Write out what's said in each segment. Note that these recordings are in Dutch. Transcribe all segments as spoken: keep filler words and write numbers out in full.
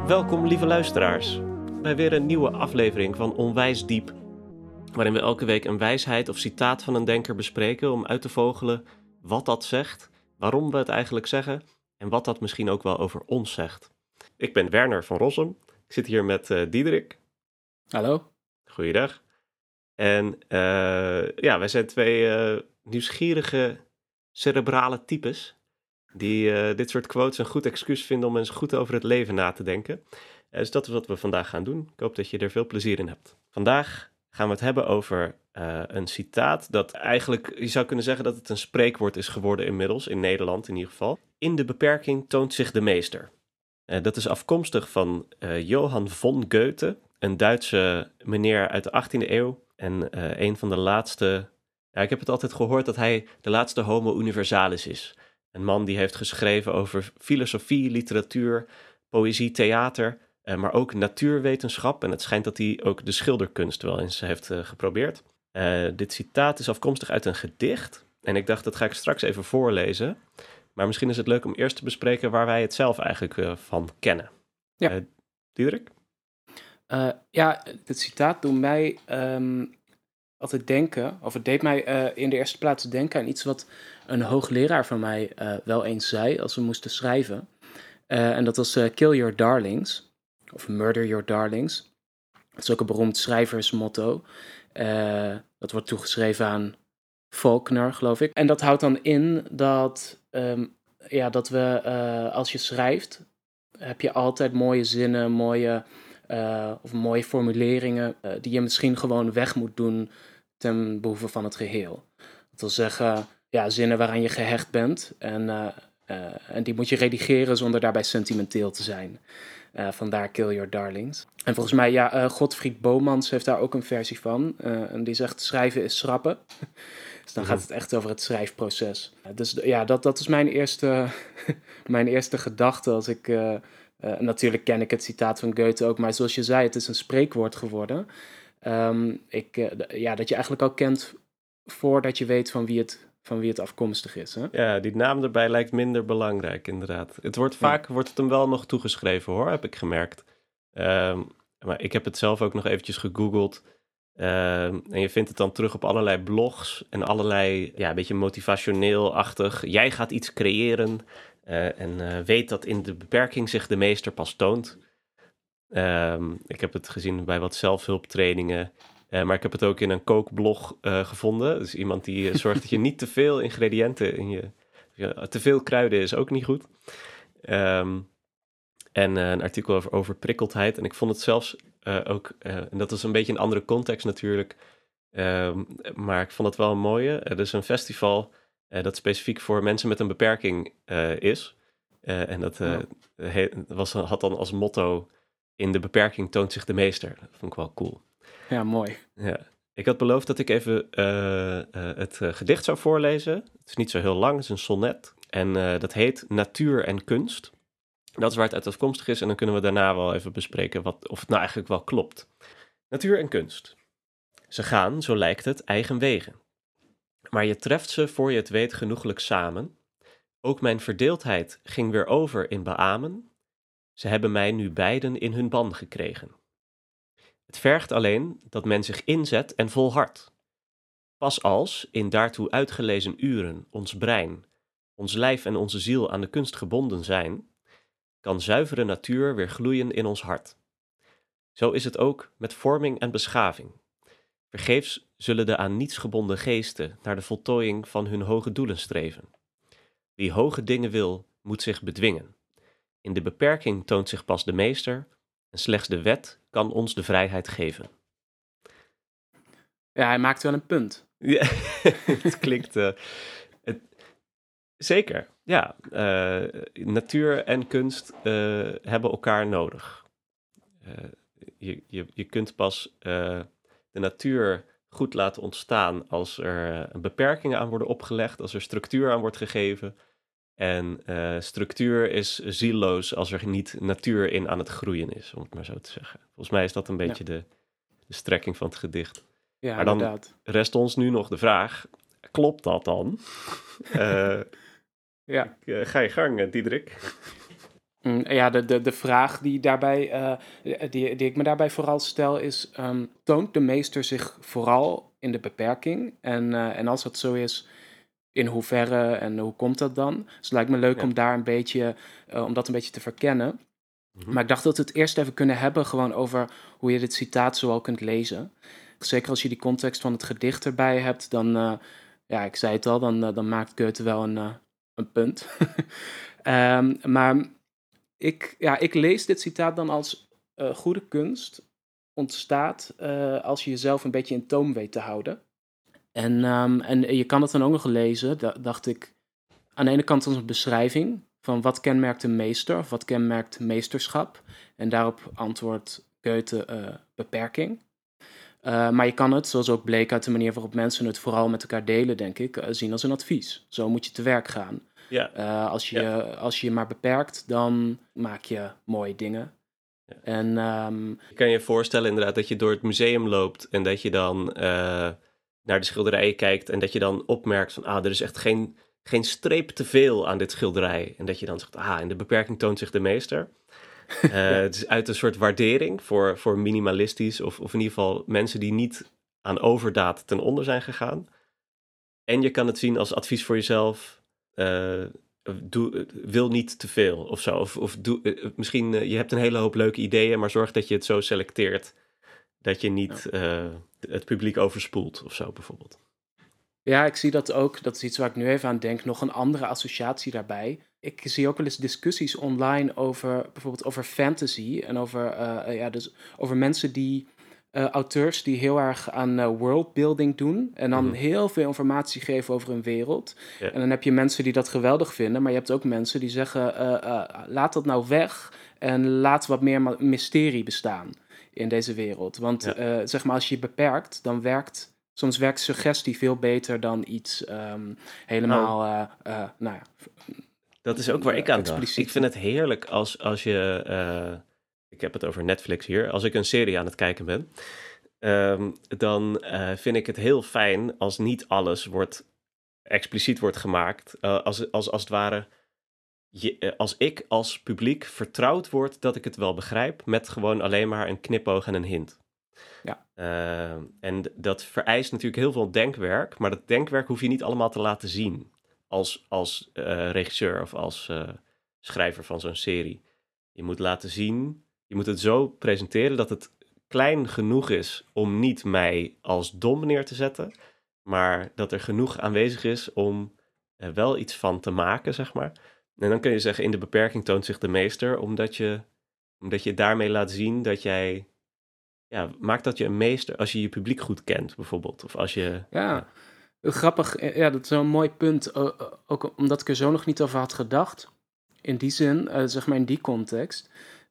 Welkom lieve luisteraars, bij weer een nieuwe aflevering van Onwijs Diep, waarin we elke week een wijsheid of citaat van een denker bespreken om uit te vogelen wat dat zegt, waarom we het eigenlijk zeggen en wat dat misschien ook wel over ons zegt. Ik ben Werner van Rossum, ik zit hier met uh, Diederik. Hallo. Goeiedag. En uh, ja, wij zijn twee uh, nieuwsgierige cerebrale types die uh, dit soort quotes een goed excuus vinden om eens goed over het leven na te denken. Uh, dus dat is wat we vandaag gaan doen. Ik hoop dat je er veel plezier in hebt. Vandaag gaan we het hebben over uh, een citaat dat eigenlijk, je zou kunnen zeggen dat het een spreekwoord is geworden inmiddels, in Nederland in ieder geval. In de beperking toont zich de meester. Uh, dat is afkomstig van uh, Johann von Goethe, een Duitse meneer uit de achttiende eeuw en uh, een van de laatste, ja, ik heb het altijd gehoord dat hij de laatste homo universalis is. Een man die heeft geschreven over filosofie, literatuur, poëzie, theater, uh, maar ook natuurwetenschap. En het schijnt dat hij ook de schilderkunst wel eens heeft uh, geprobeerd. Uh, dit citaat is afkomstig uit een gedicht. En ik dacht, dat ga ik straks even voorlezen. Maar misschien is het leuk om eerst te bespreken waar wij het zelf eigenlijk uh, van kennen. Ja. Uh, Diederik? Uh, ja, dit citaat doet mij um, altijd denken, of het deed mij uh, in de eerste plaats denken aan iets wat een hoogleraar van mij uh, wel eens zei als we moesten schrijven. Uh, en dat was uh, Kill Your Darlings, of Murder Your Darlings. Dat is ook een beroemd schrijversmotto. Uh, dat wordt toegeschreven aan Faulkner, geloof ik. En dat houdt dan in dat, um, ja, dat we, uh, als je schrijft, heb je altijd mooie zinnen, mooie, uh, of mooie formuleringen, uh, die je misschien gewoon weg moet doen ten behoeve van het geheel. Dat wil zeggen, ja, zinnen waaraan je gehecht bent en, uh, uh, en die moet je redigeren zonder daarbij sentimenteel te zijn. Uh, vandaar Kill Your Darlings. En volgens mij, ja, uh, Godfried Bomans heeft daar ook een versie van. Uh, en die zegt, schrijven is schrappen. Dus dan gaat het echt over het schrijfproces. Uh, dus ja, dat, dat is mijn eerste, mijn eerste gedachte als ik... Uh, uh, natuurlijk ken ik het citaat van Goethe ook, maar zoals je zei, het is een spreekwoord geworden. Um, ik, uh, d- ja, dat je eigenlijk al kent voordat je weet van wie het, van wie het afkomstig is. Hè? Ja, die naam erbij lijkt minder belangrijk inderdaad. Het wordt vaak, ja. wordt het hem wel nog toegeschreven hoor, heb ik gemerkt. Um, maar ik heb het zelf ook nog eventjes gegoogeld. Um, en je vindt het dan terug op allerlei blogs en allerlei, ja, een beetje motivationeel-achtig. Jij gaat iets creëren uh, en uh, weet dat in de beperking zich de meester pas toont. Um, ik heb het gezien bij wat zelfhulptrainingen. Uh, maar ik heb het ook in een kookblog uh, gevonden. Dus iemand die uh, zorgt dat je niet te veel ingrediënten in je... Ja, te veel kruiden is ook niet goed. Um, en uh, een artikel over overprikkeldheid. En ik vond het zelfs uh, ook... Uh, en dat is een beetje een andere context natuurlijk. Um, maar ik vond het wel een mooie. Er is een festival uh, dat specifiek voor mensen met een beperking uh, is. Uh, en dat uh, oh. he, was, had dan als motto... In de beperking toont zich de meester. Dat vond ik wel cool. Ja, mooi. Ja. Ik had beloofd dat ik even uh, uh, het uh, gedicht zou voorlezen. Het is niet zo heel lang, het is een sonnet. En uh, dat heet Natuur en Kunst. Dat is waar het uit afkomstig is. En dan kunnen we daarna wel even bespreken wat, of het nou eigenlijk wel klopt. Natuur en kunst. Ze gaan, zo lijkt het, eigen wegen. Maar je treft ze voor je het weet genoeglijk samen. Ook mijn verdeeldheid ging weer over in beamen. Ze hebben mij nu beiden in hun ban gekregen. Het vergt alleen dat men zich inzet en volhardt. Pas als, in daartoe uitgelezen uren, ons brein, ons lijf en onze ziel aan de kunst gebonden zijn, kan zuivere natuur weer gloeien in ons hart. Zo is het ook met vorming en beschaving. Vergeefs zullen de aan niets gebonden geesten naar de voltooiing van hun hoge doelen streven. Wie hoge dingen wil, moet zich bedwingen. In de beperking toont zich pas de meester en slechts de wet kan ons de vrijheid geven. Ja, hij maakt wel een punt. Ja, het klinkt... Uh, het, zeker, ja. Uh, natuur en kunst uh, hebben elkaar nodig. Uh, je, je, je kunt pas uh, de natuur goed laten ontstaan als er uh, beperkingen aan worden opgelegd, als er structuur aan wordt gegeven. En uh, structuur is zielloos als er niet natuur in aan het groeien is, om het maar zo te zeggen. Volgens mij is dat een beetje ja. de, de strekking van het gedicht. Ja, maar dan inderdaad. Rest ons nu nog de vraag, klopt dat dan? uh, ja. ik, uh, ga je gang, Diederik. Mm, ja, de, de, de vraag die, daarbij, uh, die, die ik me daarbij vooral stel is... Um, toont de meester zich vooral in de beperking? En, uh, en als dat zo is, in hoeverre en hoe komt dat dan? Dus het lijkt me leuk ja. om daar een beetje, uh, om dat een beetje te verkennen. Mm-hmm. Maar ik dacht dat we het eerst even kunnen hebben gewoon over hoe je dit citaat zoal kunt lezen. Zeker als je die context van het gedicht erbij hebt, dan, uh, ja, ik zei het al, dan, uh, dan maakt Goethe wel een, uh, een punt. um, maar ik, ja, ik lees dit citaat dan als uh, goede kunst ontstaat uh, als je jezelf een beetje in toom weet te houden. En, um, en je kan het dan ook nog lezen, d- dacht ik, aan de ene kant als een beschrijving van wat kenmerkt een meester, of wat kenmerkt meesterschap. En daarop antwoordt Goethe uh, beperking. Uh, maar je kan het, zoals ook bleek uit de manier waarop mensen het vooral met elkaar delen, denk ik, uh, zien als een advies. Zo moet je te werk gaan. Ja. Uh, als, je, ja. als je je maar beperkt, dan maak je mooie dingen. Ja. En, um, je kan je voorstellen inderdaad dat je door het museum loopt en dat je dan uh, naar de schilderijen kijkt en dat je dan opmerkt van, ah, er is echt geen, geen streep te veel aan dit schilderij. En dat je dan zegt, ah, in de beperking toont zich de meester. Uh, ja. Het is uit een soort waardering voor, voor minimalistisch of, of in ieder geval mensen die niet aan overdaad ten onder zijn gegaan. En je kan het zien als advies voor jezelf. Uh, doe, wil niet te veel of zo. Of, of doe, uh, misschien uh, je hebt een hele hoop leuke ideeën, maar zorg dat je het zo selecteert dat je niet uh, het publiek overspoelt of zo bijvoorbeeld. Ja, ik zie dat ook. Dat is iets waar ik nu even aan denk. Nog een andere associatie daarbij. Ik zie ook wel eens discussies online over bijvoorbeeld over fantasy en over, uh, ja, dus over mensen die uh, auteurs die heel erg aan uh, worldbuilding doen en dan mm-hmm. heel veel informatie geven over een wereld. Yeah. En dan heb je mensen die dat geweldig vinden, maar je hebt ook mensen die zeggen uh, uh, laat dat nou weg en laat wat meer mysterie bestaan in deze wereld. Want yeah. uh, zeg maar als je je beperkt, dan werkt soms werkt suggestie veel beter dan iets um, helemaal, oh. uh, uh, nou ja. Dat is ook waar ik aan dacht. Ik vind het heerlijk als, als je, uh, ik heb het over Netflix hier, als ik een serie aan het kijken ben, um, dan uh, vind ik het heel fijn als niet alles wordt, expliciet wordt gemaakt. Uh, als, als, als het ware, je, uh, als ik als publiek vertrouwd word dat ik het wel begrijp, met gewoon alleen maar een knipoog en een hint. Ja. Uh, en dat vereist natuurlijk heel veel denkwerk, maar dat denkwerk hoef je niet allemaal te laten zien als, als uh, regisseur of als uh, schrijver van zo'n serie. Je moet laten zien, je moet het zo presenteren dat het klein genoeg is om niet mij als dom neer te zetten, maar dat er genoeg aanwezig is om er wel iets van te maken, zeg maar. En dan kun je zeggen, in de beperking toont zich de meester, omdat je, omdat je daarmee laat zien dat jij... Ja, maakt dat je een meester als je je publiek goed kent, bijvoorbeeld. Of als je... Ja, ja. Grappig. Ja, dat is een mooi punt. Uh, ook omdat ik er zo nog niet over had gedacht. In die zin, uh, zeg maar in die context,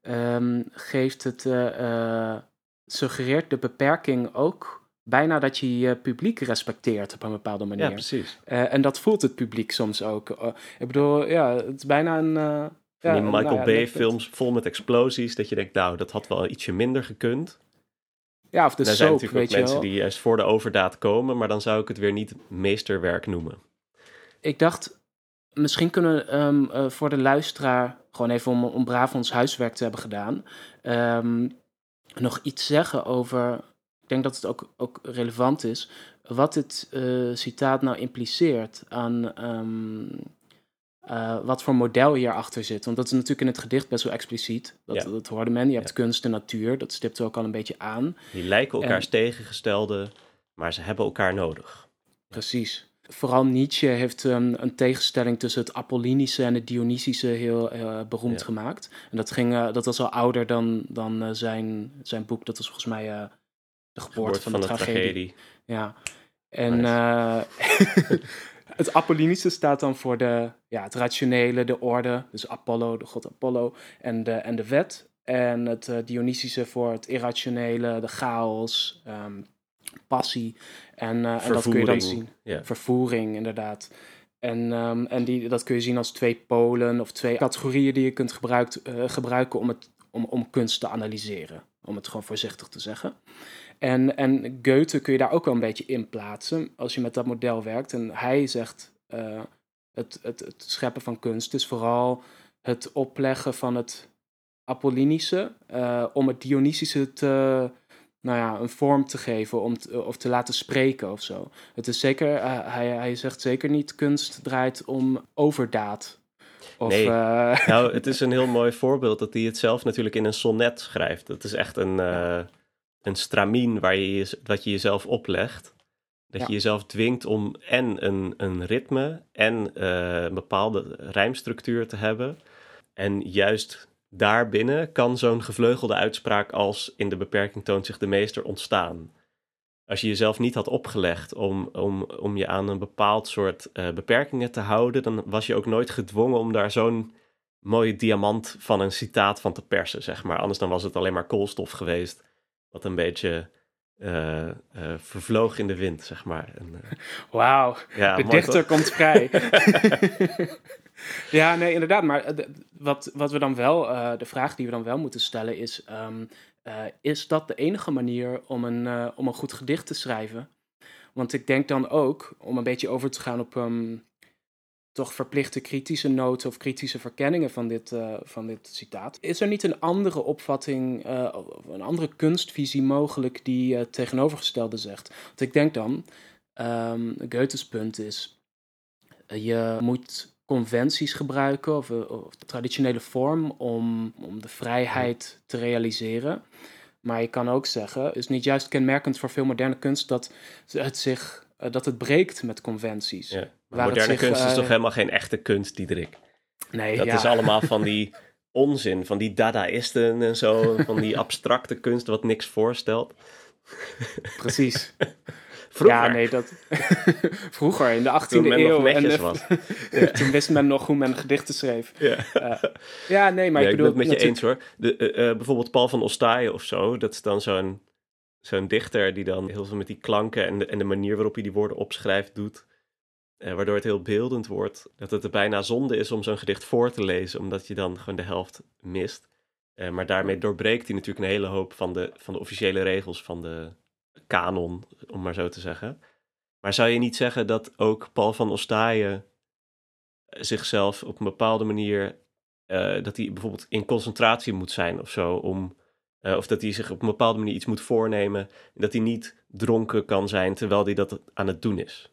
um, geeft het, uh, uh, suggereert de beperking ook bijna dat je je publiek respecteert op een bepaalde manier. Ja, precies. Uh, en dat voelt het publiek soms ook. Uh, ik bedoel, ja, het is bijna een... Uh, Van die ja, Michael nou ja, Bay-films vol met explosies, dat je denkt, nou, dat had wel ietsje minder gekund. Ja, of de er soap, zijn natuurlijk weet ook je mensen wel. die juist voor de overdaad komen, maar dan zou ik het weer niet meesterwerk noemen. Ik dacht, misschien kunnen we um, uh, voor de luisteraar, gewoon even om, om braaf ons huiswerk te hebben gedaan, um, nog iets zeggen over, ik denk dat het ook, ook relevant is, wat dit uh, citaat nou impliceert aan um, uh, wat voor model hierachter zit. Want dat is natuurlijk in het gedicht best wel expliciet. Dat, ja. dat hoorde men. Je hebt ja. kunst en natuur, dat stipt er ook al een beetje aan. Die lijken elkaars en, tegengestelde, maar ze hebben elkaar nodig. Precies. Vooral Nietzsche heeft um, een tegenstelling tussen het Apollinische en het Dionysische heel uh, beroemd ja. gemaakt. En dat, ging, uh, dat was al ouder dan, dan uh, zijn, zijn boek. Dat was volgens mij uh, De Geboorte van, van de, de tragedie. tragedie. Ja. En nice. uh, het Apollinische staat dan voor de, ja, het rationele, de orde. Dus Apollo, de god Apollo. En de, en de wet. En het uh, Dionysische voor het irrationele, de chaos, um, passie. En, uh, en dat kun je dan zien. Yeah. Vervoering, inderdaad. En, um, en die, dat kun je zien als twee polen of twee categorieën die je kunt gebruikt, uh, gebruiken om, het, om, om kunst te analyseren. Om het gewoon voorzichtig te zeggen. En, en Goethe kun je daar ook wel een beetje in plaatsen als je met dat model werkt. En hij zegt, uh, het, het, het scheppen van kunst is vooral het opleggen van het Apollinische, uh, om het Dionysische te, nou ja, een vorm te geven om t, of te laten spreken of zo. Het is zeker, uh, hij, hij zegt zeker niet kunst draait om overdaad. Of, nee, uh... nou, het is een heel mooi voorbeeld dat hij het zelf natuurlijk in een sonnet schrijft. Dat is echt een, uh, een stramien waar je, je, wat je jezelf oplegt. Dat ja. je jezelf dwingt om en een, een ritme en uh, een bepaalde rijmstructuur te hebben. En juist daarbinnen kan zo'n gevleugelde uitspraak als in de beperking toont zich de meester ontstaan. Als je jezelf niet had opgelegd om, om, om je aan een bepaald soort uh, beperkingen te houden, dan was je ook nooit gedwongen om daar zo'n mooie diamant van een citaat van te persen, zeg maar. Anders dan was het alleen maar koolstof geweest, wat een beetje uh, uh, vervloog in de wind, zeg maar. Uh, Wauw, ja, de mooi, dichter toch? Komt vrij. Ja, nee, inderdaad. Maar de, wat, wat we dan wel, uh, de vraag die we dan wel moeten stellen is, Um, Uh, is dat de enige manier om een, uh, om een goed gedicht te schrijven? Want ik denk dan ook, om een beetje over te gaan op um, toch verplichte kritische noten of kritische verkenningen van dit, uh, van dit citaat. Is er niet een andere opvatting, uh, een andere kunstvisie mogelijk die uh, tegenovergestelde zegt? Want ik denk dan, um, Goethes punt is, uh, je moet conventies gebruiken of, of de traditionele vorm om, om de vrijheid te realiseren. Maar je kan ook zeggen, het is niet juist kenmerkend voor veel moderne kunst dat het zich, uh, dat het breekt met conventies. Ja, moderne zich, kunst uh, is toch helemaal geen echte kunst, Diederik? Nee, dat ja. is allemaal van die onzin, van die dadaïsten en zo, van die abstracte kunst wat niks voorstelt. Precies. Vroeger. Ja, nee, dat... Vroeger, in de achttiende eeuw. En, uh, was. Ja. Toen wist men nog hoe men gedichten schreef. Ja, uh, ja nee, maar ja, ik bedoel... Ik ben het met je eens, hoor. De, uh, uh, bijvoorbeeld Paul van Ostaaien of zo, dat is dan zo'n, zo'n dichter die dan heel veel met die klanken en de, en de manier waarop hij die woorden opschrijft doet, uh, waardoor het heel beeldend wordt. Dat het er bijna zonde is om zo'n gedicht voor te lezen, omdat je dan gewoon de helft mist. Uh, maar daarmee doorbreekt hij natuurlijk een hele hoop van de, van de officiële regels van de kanon, om maar zo te zeggen. Maar zou je niet zeggen dat ook Paul van Ostaaien zichzelf op een bepaalde manier, uh, dat hij bijvoorbeeld in concentratie moet zijn of zo, om, uh, of dat hij zich op een bepaalde manier iets moet voornemen, en dat hij niet dronken kan zijn terwijl hij dat aan het doen is?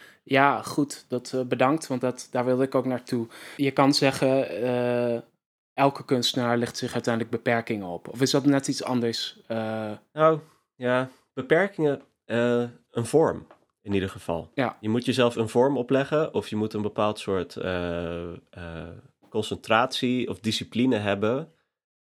Ja, goed, dat uh, bedankt, want dat, daar wilde ik ook naartoe. Je kan zeggen, uh, elke kunstenaar legt zich uiteindelijk beperkingen op. Of is dat net iets anders? Uh... Nou, ja, beperkingen, uh, een vorm. In ieder geval. Ja. Je moet jezelf een vorm opleggen of je moet een bepaald soort uh, uh, concentratie of discipline hebben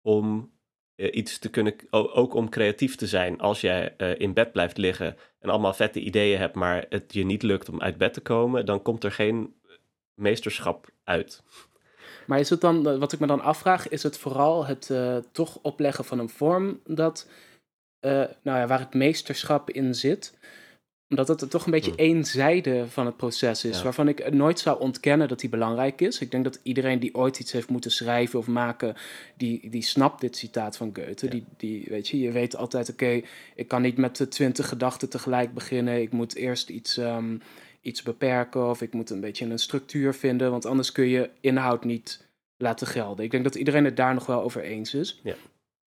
om uh, iets te kunnen, ook om creatief te zijn. Als jij uh, in bed blijft liggen en allemaal vette ideeën hebt, maar het je niet lukt om uit bed te komen, dan komt er geen meesterschap uit. Maar is het dan, wat ik me dan afvraag, is het vooral het uh, toch opleggen van een vorm dat, uh, nou ja, waar het meesterschap in zit, omdat het toch een beetje hmm. één zijde van het proces is, ja. waarvan ik nooit zou ontkennen dat die belangrijk is. Ik denk dat iedereen die ooit iets heeft moeten schrijven of maken, die, die snapt dit citaat van Goethe. Ja. Die, die, weet je, je weet altijd, oké, okay, ik kan niet met de twintig gedachten tegelijk beginnen. Ik moet eerst iets, um, iets beperken of ik moet een beetje een structuur vinden, want anders kun je inhoud niet laten gelden. Ik denk dat iedereen het daar nog wel over eens is. Ja.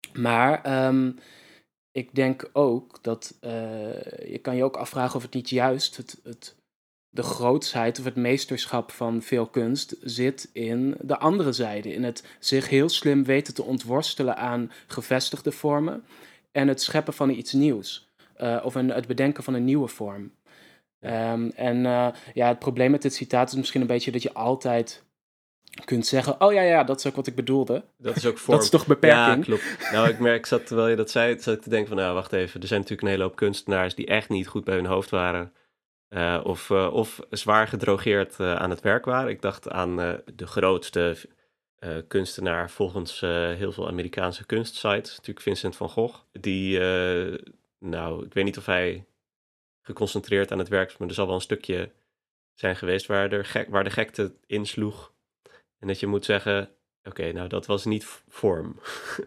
Maar Um, ik denk ook dat uh, je kan je ook afvragen of het niet juist het, het, de grootsheid of het meesterschap van veel kunst zit in de andere zijde. In het zich heel slim weten te ontworstelen aan gevestigde vormen en het scheppen van iets nieuws. Uh, of een, het bedenken van een nieuwe vorm. Um, en uh, ja, het probleem met dit citaat is misschien een beetje dat je altijd kunt zeggen, oh ja, ja, dat is ook wat ik bedoelde. Dat is ook vorm. Dat is toch beperking? Ja, klopt. Nou, ik merk, zat, terwijl je dat zei, zat ik te denken van, nou, wacht even. Er zijn natuurlijk een hele hoop kunstenaars die echt niet goed bij hun hoofd waren. Uh, of, uh, of zwaar gedrogeerd uh, aan het werk waren. Ik dacht aan uh, de grootste uh, kunstenaar volgens uh, heel veel Amerikaanse kunstsites. Natuurlijk Vincent van Gogh. Die, uh, nou, ik weet niet of hij geconcentreerd aan het werk is, maar er zal wel een stukje zijn geweest waar, er gek, waar de gekte insloeg. En dat je moet zeggen, oké, okay, nou dat was niet vorm.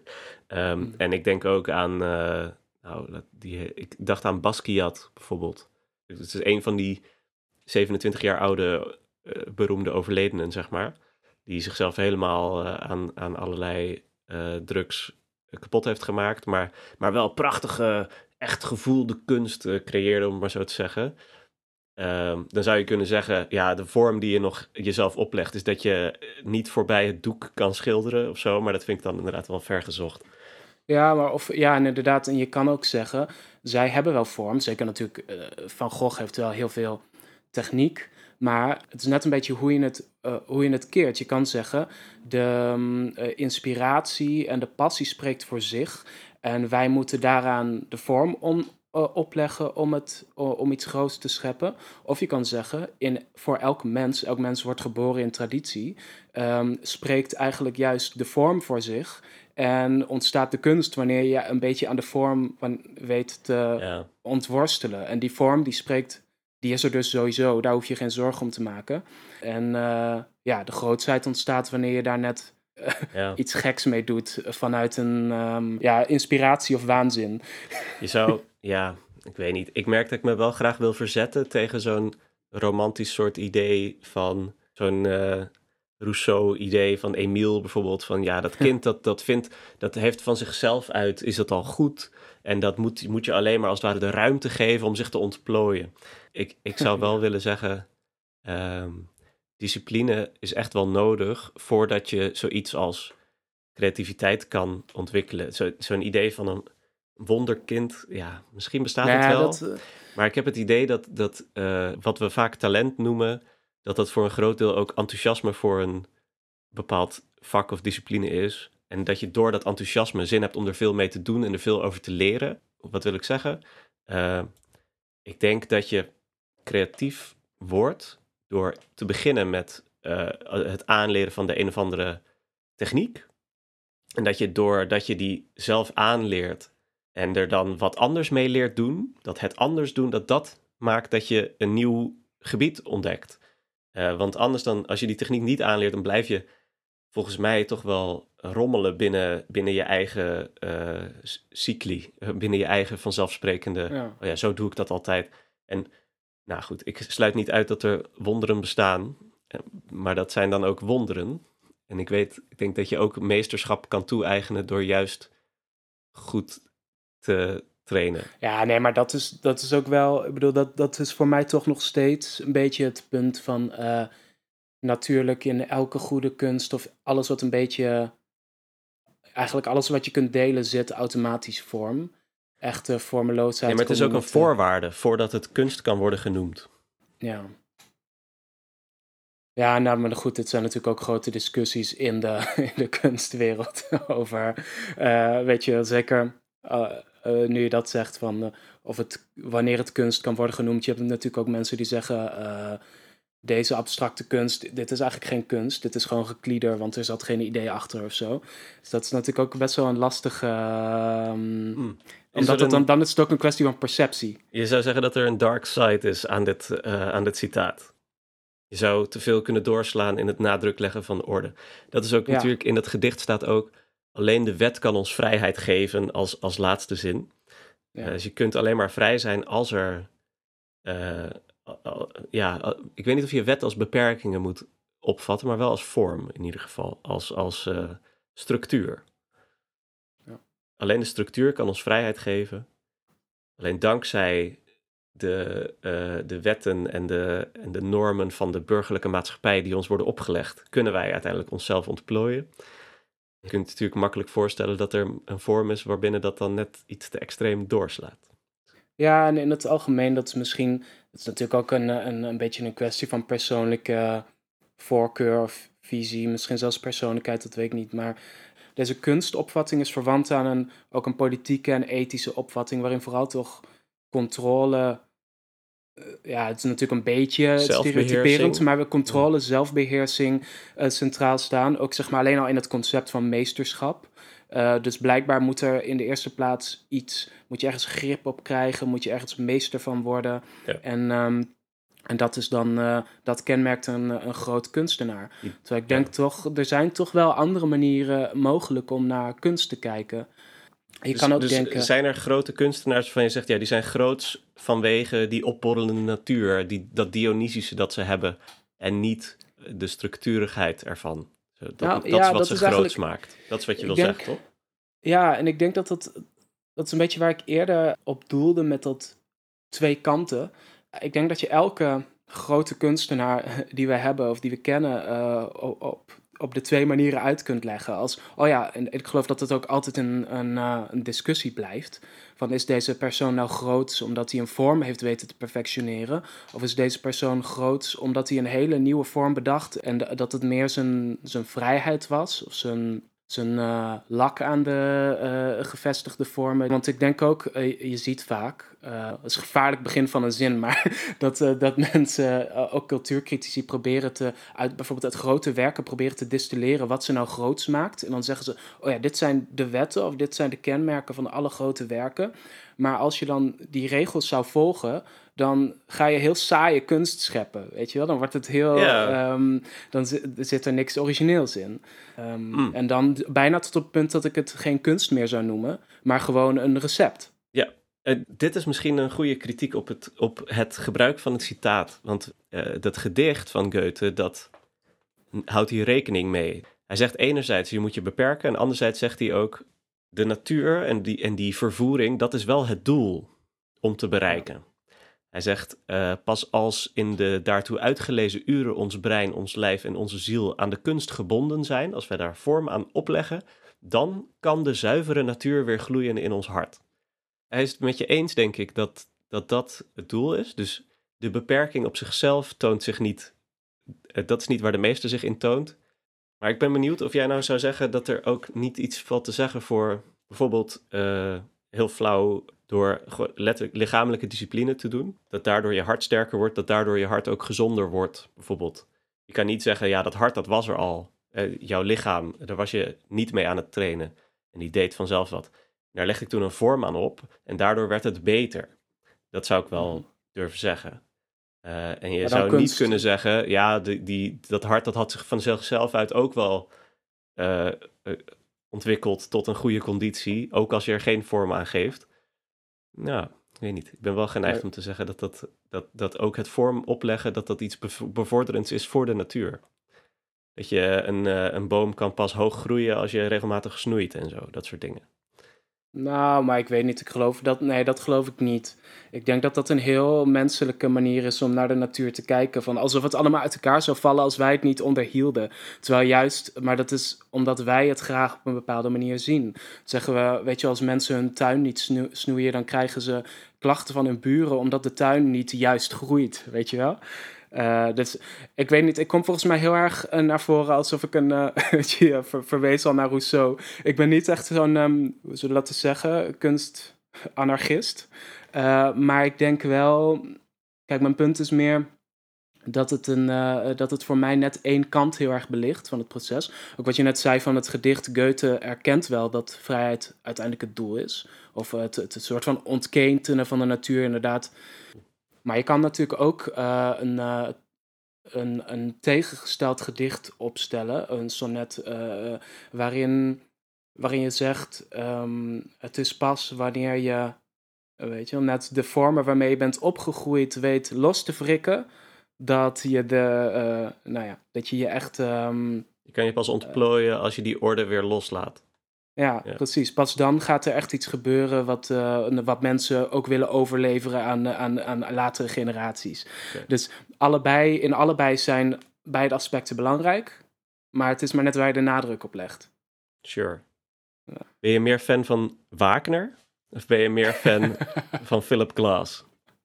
um, mm. En ik denk ook aan, uh, nou, die, ik dacht aan Basquiat bijvoorbeeld. Het is een van die zevenentwintig jaar oude uh, beroemde overledenen, zeg maar. die zichzelf helemaal uh, aan, aan allerlei uh, drugs kapot heeft gemaakt, maar, maar wel prachtige, echt gevoelde kunst uh, creëerde, om het maar zo te zeggen. Uh, dan zou je kunnen zeggen, ja, de vorm die je nog jezelf oplegt, is dat je niet voorbij het doek kan schilderen of zo, maar dat vind ik dan inderdaad wel ver gezocht. Ja, maar of, ja, en inderdaad, en je kan ook zeggen, zij hebben wel vorm. Zeker natuurlijk, uh, Van Gogh heeft wel heel veel techniek, maar het is net een beetje hoe je het, uh, hoe je het keert. Je kan zeggen, de um, uh, inspiratie en de passie spreekt voor zich en wij moeten daaraan de vorm om, uh, opleggen om, het, uh, om iets groots te scheppen. Of je kan zeggen, in, voor elk mens, elk mens wordt geboren in traditie, um, spreekt eigenlijk juist de vorm voor zich. En ontstaat de kunst wanneer je een beetje aan de vorm weet te Ja. ontworstelen. En die vorm die spreekt, die is er dus sowieso. Daar hoef je geen zorgen om te maken. En uh, ja, de grootsheid ontstaat wanneer je daar net uh, ja. iets geks mee doet vanuit een um, ja, inspiratie of waanzin. Je zou, ja, ik weet niet. Ik merk dat ik me wel graag wil verzetten tegen zo'n romantisch soort idee van zo'n Uh... Rousseau-idee van Emile bijvoorbeeld, van ja, dat kind dat, dat vindt, dat heeft van zichzelf uit, is dat al goed en dat moet, moet je alleen maar als het ware de ruimte geven om zich te ontplooien. Ik, ik zou wel ja. willen zeggen, um, discipline is echt wel nodig voordat je zoiets als creativiteit kan ontwikkelen. Zo, zo'n idee van een wonderkind, ja, misschien bestaat nou, het wel, dat, uh... maar ik heb het idee dat, dat uh, wat we vaak talent noemen, dat dat voor een groot deel ook enthousiasme voor een bepaald vak of discipline is. En dat je door dat enthousiasme zin hebt om er veel mee te doen en er veel over te leren. Wat wil ik zeggen? Uh, ik denk dat je creatief wordt door te beginnen met uh, het aanleren van de een of andere techniek. En dat je doordat je die zelf aanleert en er dan wat anders mee leert doen, dat het anders doen, dat dat maakt dat je een nieuw gebied ontdekt. Uh, want anders dan, als je die techniek niet aanleert, dan blijf je volgens mij toch wel rommelen binnen, binnen je eigen uh, cycli. Uh, binnen je eigen vanzelfsprekende, ja. Oh ja, zo doe ik dat altijd. En nou goed, ik sluit niet uit dat er wonderen bestaan, maar dat zijn dan ook wonderen. En ik weet, ik denk dat je ook meesterschap kan toe-eigenen door juist goed te trainen. Ja, nee, maar dat is, dat is ook wel, ik bedoel, dat, dat is voor mij toch nog steeds een beetje het punt van uh, natuurlijk in elke goede kunst of alles wat een beetje, eigenlijk alles wat je kunt delen zit automatisch vorm. Echte vormeloosheid. Ja, maar het is ook een voorwaarde voordat het kunst kan worden genoemd. Ja. Ja, nou, maar goed, dit zijn natuurlijk ook grote discussies in de, in de kunstwereld over, uh, weet je, zeker uh, uh, nu je dat zegt van uh, of het, wanneer het kunst kan worden genoemd. Je hebt natuurlijk ook mensen die zeggen, uh, deze abstracte kunst, dit is eigenlijk geen kunst, dit is gewoon geklieder, want er zat geen idee achter of zo. Dus dat is natuurlijk ook best wel een lastige, uh, mm. omdat het dan, dan is het ook een kwestie van perceptie. Je zou zeggen dat er een dark side is aan dit, uh, aan dit citaat. Je zou te veel kunnen doorslaan in het nadruk leggen van de orde. Dat is ook ja. natuurlijk, in dat gedicht staat ook, alleen de wet kan ons vrijheid geven als, als laatste zin. Ja. Uh, dus je kunt alleen maar vrij zijn als er, uh, uh, ja, uh, ik weet niet of je wet als beperkingen moet opvatten, maar wel als vorm in ieder geval, als, als uh, structuur. Ja. Alleen de structuur kan ons vrijheid geven. Alleen dankzij De, uh, de wetten en de, en de normen van de burgerlijke maatschappij die ons worden opgelegd, kunnen wij uiteindelijk onszelf ontplooien. Je kunt je natuurlijk makkelijk voorstellen dat er een vorm is waarbinnen dat dan net iets te extreem doorslaat. Ja, en in het algemeen, dat is misschien, dat is natuurlijk ook een, een, een beetje een kwestie van persoonlijke voorkeur of visie, misschien zelfs persoonlijkheid, dat weet ik niet, maar deze kunstopvatting is verwant aan een, ook een politieke en ethische opvatting, waarin vooral toch controle, uh, ja, het is natuurlijk een beetje stereotyperend, maar we controle, ja. zelfbeheersing uh, centraal staan. Ook zeg maar alleen al in het concept van meesterschap. Uh, dus blijkbaar moet er in de eerste plaats iets, moet je ergens grip op krijgen, moet je ergens meester van worden. Ja. En, um, en dat is dan, uh, dat kenmerkt een, een groot kunstenaar. Ja. Terwijl ik denk ja. toch, er zijn toch wel andere manieren mogelijk om naar kunst te kijken. Je dus, kan ook dus denken, zijn er grote kunstenaars waarvan je zegt, ja, die zijn groots vanwege die opborrelende natuur, die, dat Dionysische dat ze hebben, en niet de structurigheid ervan. Dat, Nou, dat ja, is wat dat ze is groots eigenlijk- maakt. Dat is wat je ik wil denk- zeggen, toch? Ja, en ik denk dat dat, dat is een beetje waar ik eerder op doelde met dat twee kanten. Ik denk dat je elke grote kunstenaar die we hebben of die we kennen eh, op, op, op de twee manieren uit kunt leggen. Als, oh ja, en ik geloof dat het ook altijd een, een, eh, een discussie blijft. Van is deze persoon nou groots omdat hij een vorm heeft weten te perfectioneren? Of is deze persoon groots omdat hij een hele nieuwe vorm bedacht en d- dat het meer zijn, zijn vrijheid was of zijn zijn eh, lak aan de eh, gevestigde vormen. Want ik denk ook, eh, je ziet vaak, eh, het is een gevaarlijk begin van een zin, maar dat, eh, dat mensen, eh, ook cultuurcritici, proberen te, uit bijvoorbeeld uit grote werken, proberen te distilleren wat ze nou groots maakt. En dan zeggen ze, oh ja, dit zijn de wetten of dit zijn de kenmerken van alle grote werken. Maar als je dan die regels zou volgen, dan ga je heel saaie kunst scheppen, weet je wel? Dan wordt het heel, Ja. ehm, dan zit, zit er niks origineels in. Um, Mm. En dan d- bijna tot op het punt dat ik het geen kunst meer zou noemen, maar gewoon een recept. Uh, dit is misschien een goede kritiek op het, op het gebruik van het citaat. Want uh, dat gedicht van Goethe, dat houdt hier rekening mee. Hij zegt enerzijds, je moet je beperken. En anderzijds zegt hij ook, de natuur en die, en die vervoering, dat is wel het doel om te bereiken. Hij zegt, uh, pas als in de daartoe uitgelezen uren ons brein, ons lijf en onze ziel aan de kunst gebonden zijn, als wij daar vorm aan opleggen, dan kan de zuivere natuur weer gloeien in ons hart. Hij is het met je eens, denk ik, dat, dat dat het doel is. Dus de beperking op zichzelf toont zich niet. Dat is niet waar de meester zich in toont. Maar ik ben benieuwd of jij nou zou zeggen dat er ook niet iets valt te zeggen voor bijvoorbeeld uh, heel flauw door letterlijk lichamelijke discipline te doen. Dat daardoor je hart sterker wordt, dat daardoor je hart ook gezonder wordt, bijvoorbeeld. Je kan niet zeggen, ja, dat hart dat was er al. Uh, jouw lichaam, daar was je niet mee aan het trainen. En die deed vanzelf wat. Daar legde ik toen een vorm aan op en daardoor werd het beter. Dat zou ik wel mm. durven zeggen. Uh, en je zou kunst... niet kunnen zeggen, ja, die, die, dat hart dat had zich van zichzelf uit ook wel uh, uh, ontwikkeld tot een goede conditie, ook als je er geen vorm aan geeft. Nou, ik weet niet. Ik ben wel geneigd ja. om te zeggen dat, dat, dat, dat ook het vorm opleggen, dat dat iets bevorderends is voor de natuur. Dat je een, uh, een boom kan pas hoog groeien als je regelmatig snoeit en zo, dat soort dingen. Nou, maar ik weet niet, ik geloof dat, nee, dat geloof ik niet. Ik denk dat dat een heel menselijke manier is om naar de natuur te kijken. Van alsof het allemaal uit elkaar zou vallen als wij het niet onderhielden. Terwijl juist, maar dat is omdat wij het graag op een bepaalde manier zien. Zeggen we, weet je, als mensen hun tuin niet sno- snoeien, dan krijgen ze klachten van hun buren omdat de tuin niet juist groeit, weet je wel. Uh, dus ik weet niet, ik kom volgens mij heel erg uh, naar voren alsof ik een, uh, je ver, verwees al naar Rousseau. Ik ben niet echt zo'n, um, hoe zullen we dat zeggen, kunstanarchist. Uh, maar ik denk wel, kijk, mijn punt is meer dat het, een, uh, dat het voor mij net één kant heel erg belicht van het proces. Ook wat je net zei van het gedicht, Goethe erkent wel dat vrijheid uiteindelijk het doel is. Of het, het, het soort van ontketenen van de natuur inderdaad. Maar je kan natuurlijk ook uh, een, uh, een, een tegengesteld gedicht opstellen, een sonnet, uh, waarin, waarin je zegt, um, het is pas wanneer je, weet je, net de vormen waarmee je bent opgegroeid weet los te wrikken, dat je de, uh, nou ja, dat je je echt... Um, je kan je pas ontplooien uh, als je die orde weer loslaat. Ja, ja, precies. Pas dan gaat er echt iets gebeuren wat, uh, wat mensen ook willen overleveren aan, aan, aan latere generaties. Okay. Dus allebei, in allebei zijn beide aspecten belangrijk, maar het is maar net waar je de nadruk op legt. Sure. Ja. Ben je meer fan van Wagner of ben je meer fan van Philip Glass?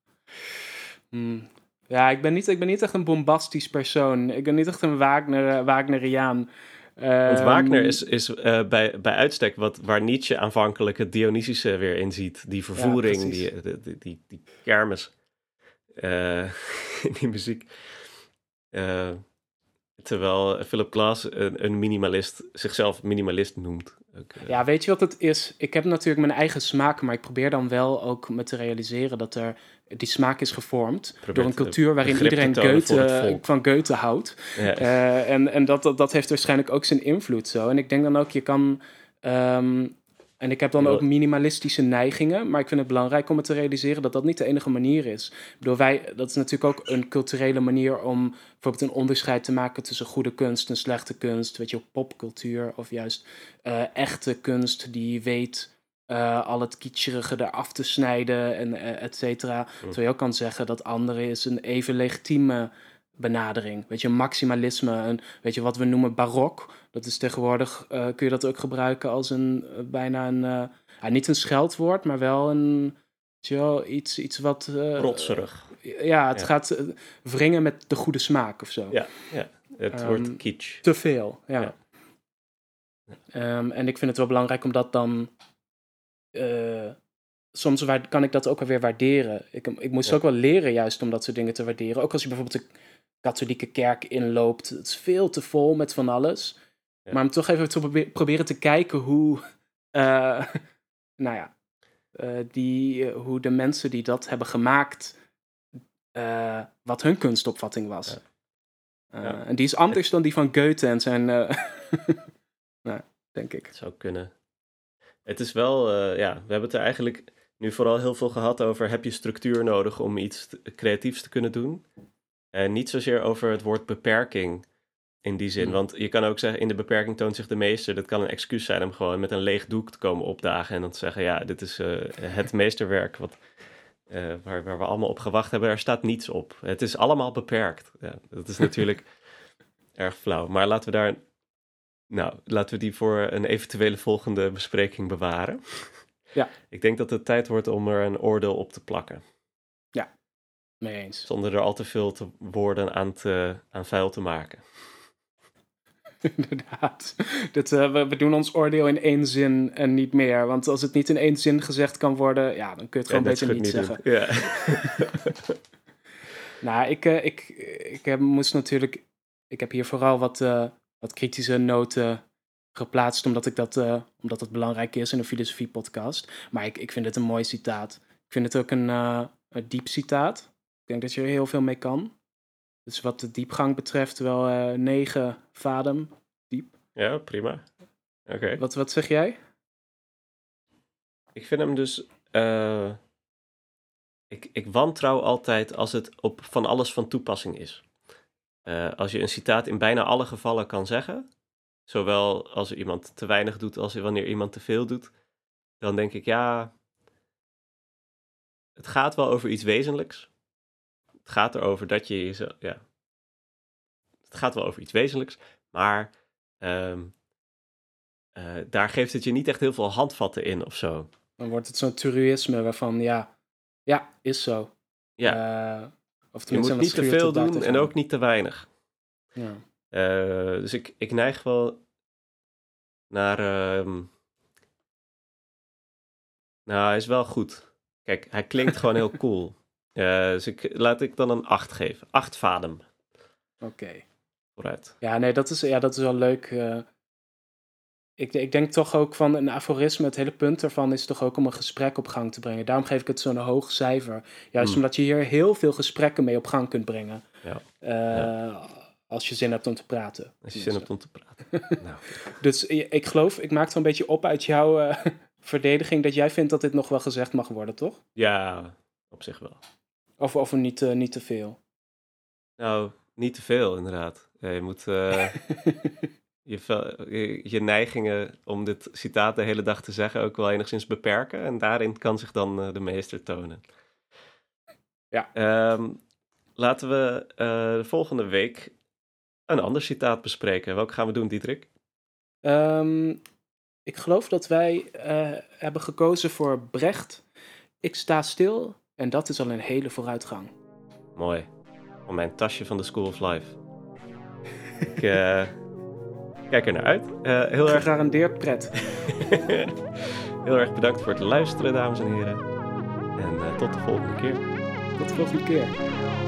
Hmm. Ja, ik ben, niet, ik ben niet echt een bombastisch persoon. Ik ben niet echt een Wagner, Wagneriaan. Want Wagner is, is uh, bij, bij uitstek wat, waar Nietzsche aanvankelijk het Dionysische weer in ziet. Die vervoering, ja, die, die, die, die, die kermis, uh, die muziek. Uh, terwijl Philip Glass een, een minimalist, zichzelf minimalist noemt. Ook, uh. Ja, weet je wat het is? Ik heb natuurlijk mijn eigen smaak, maar ik probeer dan wel ook me te realiseren dat er... Die smaak is gevormd Probeer door een cultuur waarin iedereen Goethe, van Goethe houdt. Ja. Uh, en en dat, dat, dat heeft waarschijnlijk ook zijn invloed zo. En ik denk dan ook, je kan... Um, En ik heb dan ook minimalistische neigingen, maar ik vind het belangrijk om het te realiseren dat dat niet de enige manier is. Ik bedoel, wij, dat is natuurlijk ook een culturele manier om bijvoorbeeld een onderscheid te maken tussen goede kunst en slechte kunst, weet je, popcultuur of juist uh, echte kunst die weet uh, al het kitscherige eraf te snijden en uh, et cetera. Mm. Terwijl je ook kan zeggen dat andere is een even legitieme benadering. Weet je, maximalisme, een, weet je, wat we noemen barok. Dat is tegenwoordig, uh, kun je dat ook gebruiken als een, uh, bijna een, uh, ja, niet een scheldwoord, maar wel een, weet je wel, iets, iets wat... Uh, Rotserig. Uh, ja, het ja. gaat uh, wringen met de goede smaak of zo. Ja, ja. Het um, wordt kitsch. Te veel, ja. ja. Um, en ik vind het wel belangrijk om dat dan... Uh, soms waar, kan ik dat ook alweer waarderen. Ik, ik moest ja. ook wel leren juist om dat soort dingen te waarderen. Ook als je bijvoorbeeld de katholieke kerk inloopt. Het is veel te vol met van alles. Ja. Maar om toch even te probe- proberen te kijken hoe... Uh, nou ja... Uh, die, uh, hoe de mensen die dat hebben gemaakt... Uh, wat hun kunstopvatting was. Ja. Uh, ja. En die is anders dan die van Goethe en zijn... Uh, nou, denk ik. Het zou kunnen. Het is wel... Uh, ja, we hebben het er eigenlijk nu vooral heel veel gehad over... heb je structuur nodig om iets te, creatiefs te kunnen doen? En niet zozeer over het woord beperking in die zin. Mm. Want je kan ook zeggen, in de beperking toont zich de meester. Dat kan een excuus zijn om gewoon met een leeg doek te komen opdagen. En dan te zeggen, ja, dit is uh, het meesterwerk wat, uh, waar, waar we allemaal op gewacht hebben. Er staat niets op. Het is allemaal beperkt. Ja, dat is natuurlijk erg flauw. Maar laten we daar... Nou, laten we die voor een eventuele volgende bespreking bewaren. Ja. Ik denk dat het tijd wordt om er een oordeel op te plakken. Ja, mee eens. Zonder er al te veel te woorden aan, te, aan vuil te maken. Inderdaad. Dit, uh, we, we doen ons oordeel in één zin en niet meer. Want als het niet in één zin gezegd kan worden, ja, dan kun je het gewoon ja, beter niet, niet zeggen. Ja. nou, ik, uh, ik, ik heb, moest natuurlijk... Ik heb hier vooral wat... Uh, wat kritische noten geplaatst, omdat ik dat, uh, omdat het belangrijk is in een filosofie-podcast. Maar ik, ik vind het een mooi citaat. Ik vind het ook een, uh, een diep citaat. Ik denk dat je er heel veel mee kan. Dus wat de diepgang betreft wel uh, negen vadem diep. Ja, prima. Oké. Okay. Wat, wat zeg jij? Ik vind hem dus... Uh, ik, ik wantrouw altijd als het op van alles van toepassing is. Uh, als je een citaat in bijna alle gevallen kan zeggen, zowel als iemand te weinig doet als wanneer iemand te veel doet, dan denk ik, ja, het gaat wel over iets wezenlijks. Het gaat erover dat je jezelf, ja, het gaat wel over iets wezenlijks, maar um, uh, daar geeft het je niet echt heel veel handvatten in of zo. Dan wordt het zo'n truïsme waarvan, ja, ja, is zo. Ja. Uh, Of je moet niet te veel doen en ook niet te weinig. Ja. Uh, dus ik, ik neig wel naar... Uh, nou, hij is wel goed. Kijk, hij klinkt gewoon heel cool. Uh, dus ik, laat ik dan een acht geven. Acht vadem. Oké. Okay. Vooruit. Ja, nee, dat is, ja, dat is wel leuk. Uh, ik, ik denk toch ook van een aforisme, het hele punt ervan is toch ook om een gesprek op gang te brengen. Daarom geef ik het zo'n hoog cijfer. Juist mm. omdat je hier heel veel gesprekken mee op gang kunt brengen. Ja. Uh, ja. Als je zin hebt om te praten. Als je zin hebt om te praten. nou. Dus ik geloof, ik maak het wel een beetje op uit jouw uh, verdediging dat jij vindt dat dit nog wel gezegd mag worden, toch? Ja, op zich wel. Of, of niet, uh, niet te veel? Nou, niet te veel inderdaad. Ja, je moet... Uh... Je, je, je neigingen om dit citaat de hele dag te zeggen ook wel enigszins beperken. En daarin kan zich dan uh, de meester tonen. Ja. Um, laten we uh, de volgende week een ander citaat bespreken. Welke gaan we doen, Diederik? Um, ik geloof dat wij uh, hebben gekozen voor Brecht. Ik sta stil en dat is al een hele vooruitgang. Mooi. Van mijn tasje van de School of Life. ik... Uh... Kijk er naar uit. Uh, heel erg... Gegarandeerd pret. Heel erg bedankt voor het luisteren, dames en heren. En uh, tot de volgende keer. Tot de volgende keer.